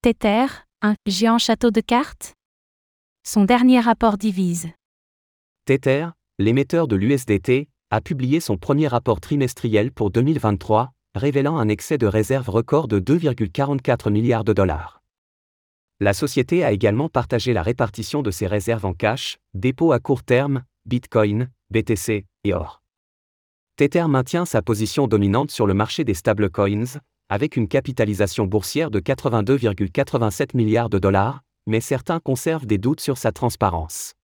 Tether, un géant château de cartes? Son dernier rapport divise. Tether, l'émetteur de l'USDT, a publié son premier rapport trimestriel pour 2023, révélant un excès de réserves record de 2,44 milliards de dollars. La société a également partagé la répartition de ses réserves en cash, dépôts à court terme, Bitcoin, BTC et or. Tether maintient sa position dominante sur le marché des stablecoins, avec une capitalisation boursière de 82,87 milliards de dollars, mais certains conservent des doutes sur sa transparence.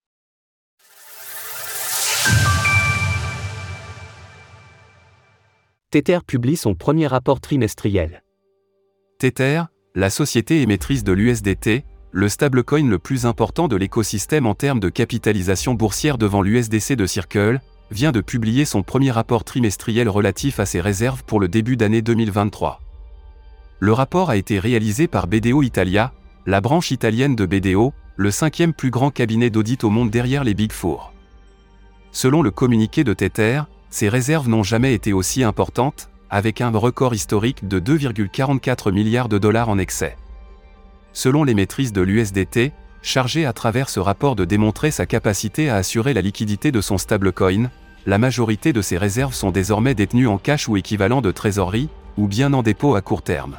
Tether publie son premier rapport trimestriel. Tether, la société émettrice de l'USDT, le stablecoin le plus important de l'écosystème en termes de capitalisation boursière devant l'USDC de Circle, vient de publier son premier rapport trimestriel relatif à ses réserves pour le début d'année 2023. Le rapport a été réalisé par BDO Italia, la branche italienne de BDO, le 5e plus grand cabinet d'audit au monde derrière les Big Four. Selon le communiqué de Tether, ces réserves n'ont jamais été aussi importantes, avec un record historique de 2,44 milliards de dollars en excès. Selon l'émettrice de l'USDT, chargée à travers ce rapport de démontrer sa capacité à assurer la liquidité de son stablecoin, la majorité de ces réserves sont désormais détenues en cash ou équivalent de trésorerie, ou bien en dépôt à court terme.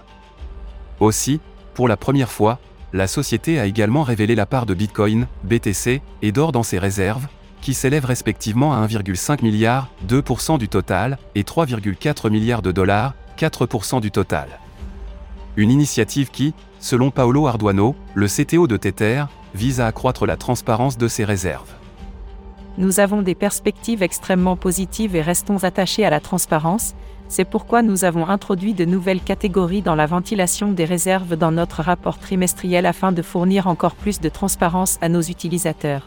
Aussi, pour la première fois, la société a également révélé la part de Bitcoin, BTC et d'or dans ses réserves, qui s'élèvent respectivement à 1,5 milliard, 2% du total, et 3,4 milliards de dollars, 4% du total. Une initiative qui, selon Paolo Arduano, le CTO de Tether, vise à accroître la transparence de ses réserves. Nous avons des perspectives extrêmement positives et restons attachés à la transparence, c'est pourquoi nous avons introduit de nouvelles catégories dans la ventilation des réserves dans notre rapport trimestriel afin de fournir encore plus de transparence à nos utilisateurs.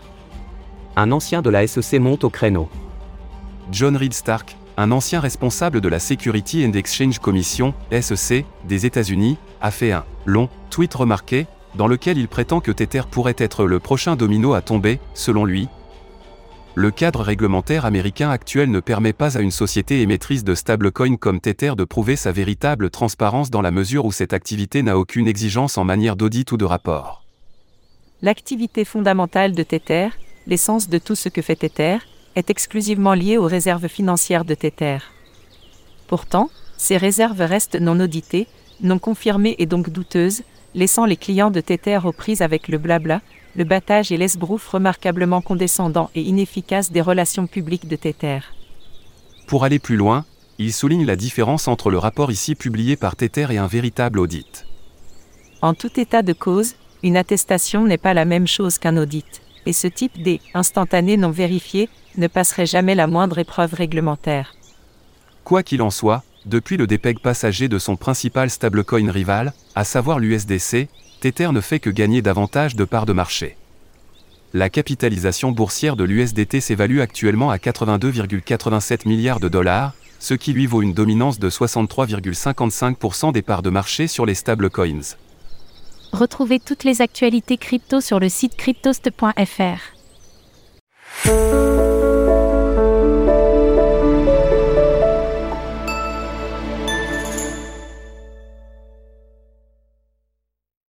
Un ancien de la SEC monte au créneau. John Reed Stark, un ancien responsable de la Security and Exchange Commission, SEC, des États-Unis, a fait un long tweet remarqué, dans lequel il prétend que Tether pourrait être le prochain domino à tomber, selon lui. Le cadre réglementaire américain actuel ne permet pas à une société émettrice de stablecoin comme Tether de prouver sa véritable transparence dans la mesure où cette activité n'a aucune exigence en matière d'audit ou de rapport. L'activité fondamentale de Tether, l'essence de tout ce que fait Tether, est exclusivement liée aux réserves financières de Tether. Pourtant, ces réserves restent non auditées, non confirmées et donc douteuses, laissant les clients de Tether aux prises avec le blabla, le battage et l'esbrouf remarquablement condescendant et inefficace des relations publiques de Tether. Pour aller plus loin, il souligne la différence entre le rapport ici publié par Tether et un véritable audit. En tout état de cause, une attestation n'est pas la même chose qu'un audit, et ce type d'instantané non vérifié ne passerait jamais la moindre épreuve réglementaire. Quoi qu'il en soit, depuis le dépeg passager de son principal stablecoin rival, à savoir l'USDC, Tether ne fait que gagner davantage de parts de marché. La capitalisation boursière de l'USDT s'évalue actuellement à 82,87 milliards de dollars, ce qui lui vaut une dominance de 63,55% des parts de marché sur les stablecoins. Retrouvez toutes les actualités crypto sur le site cryptost.fr.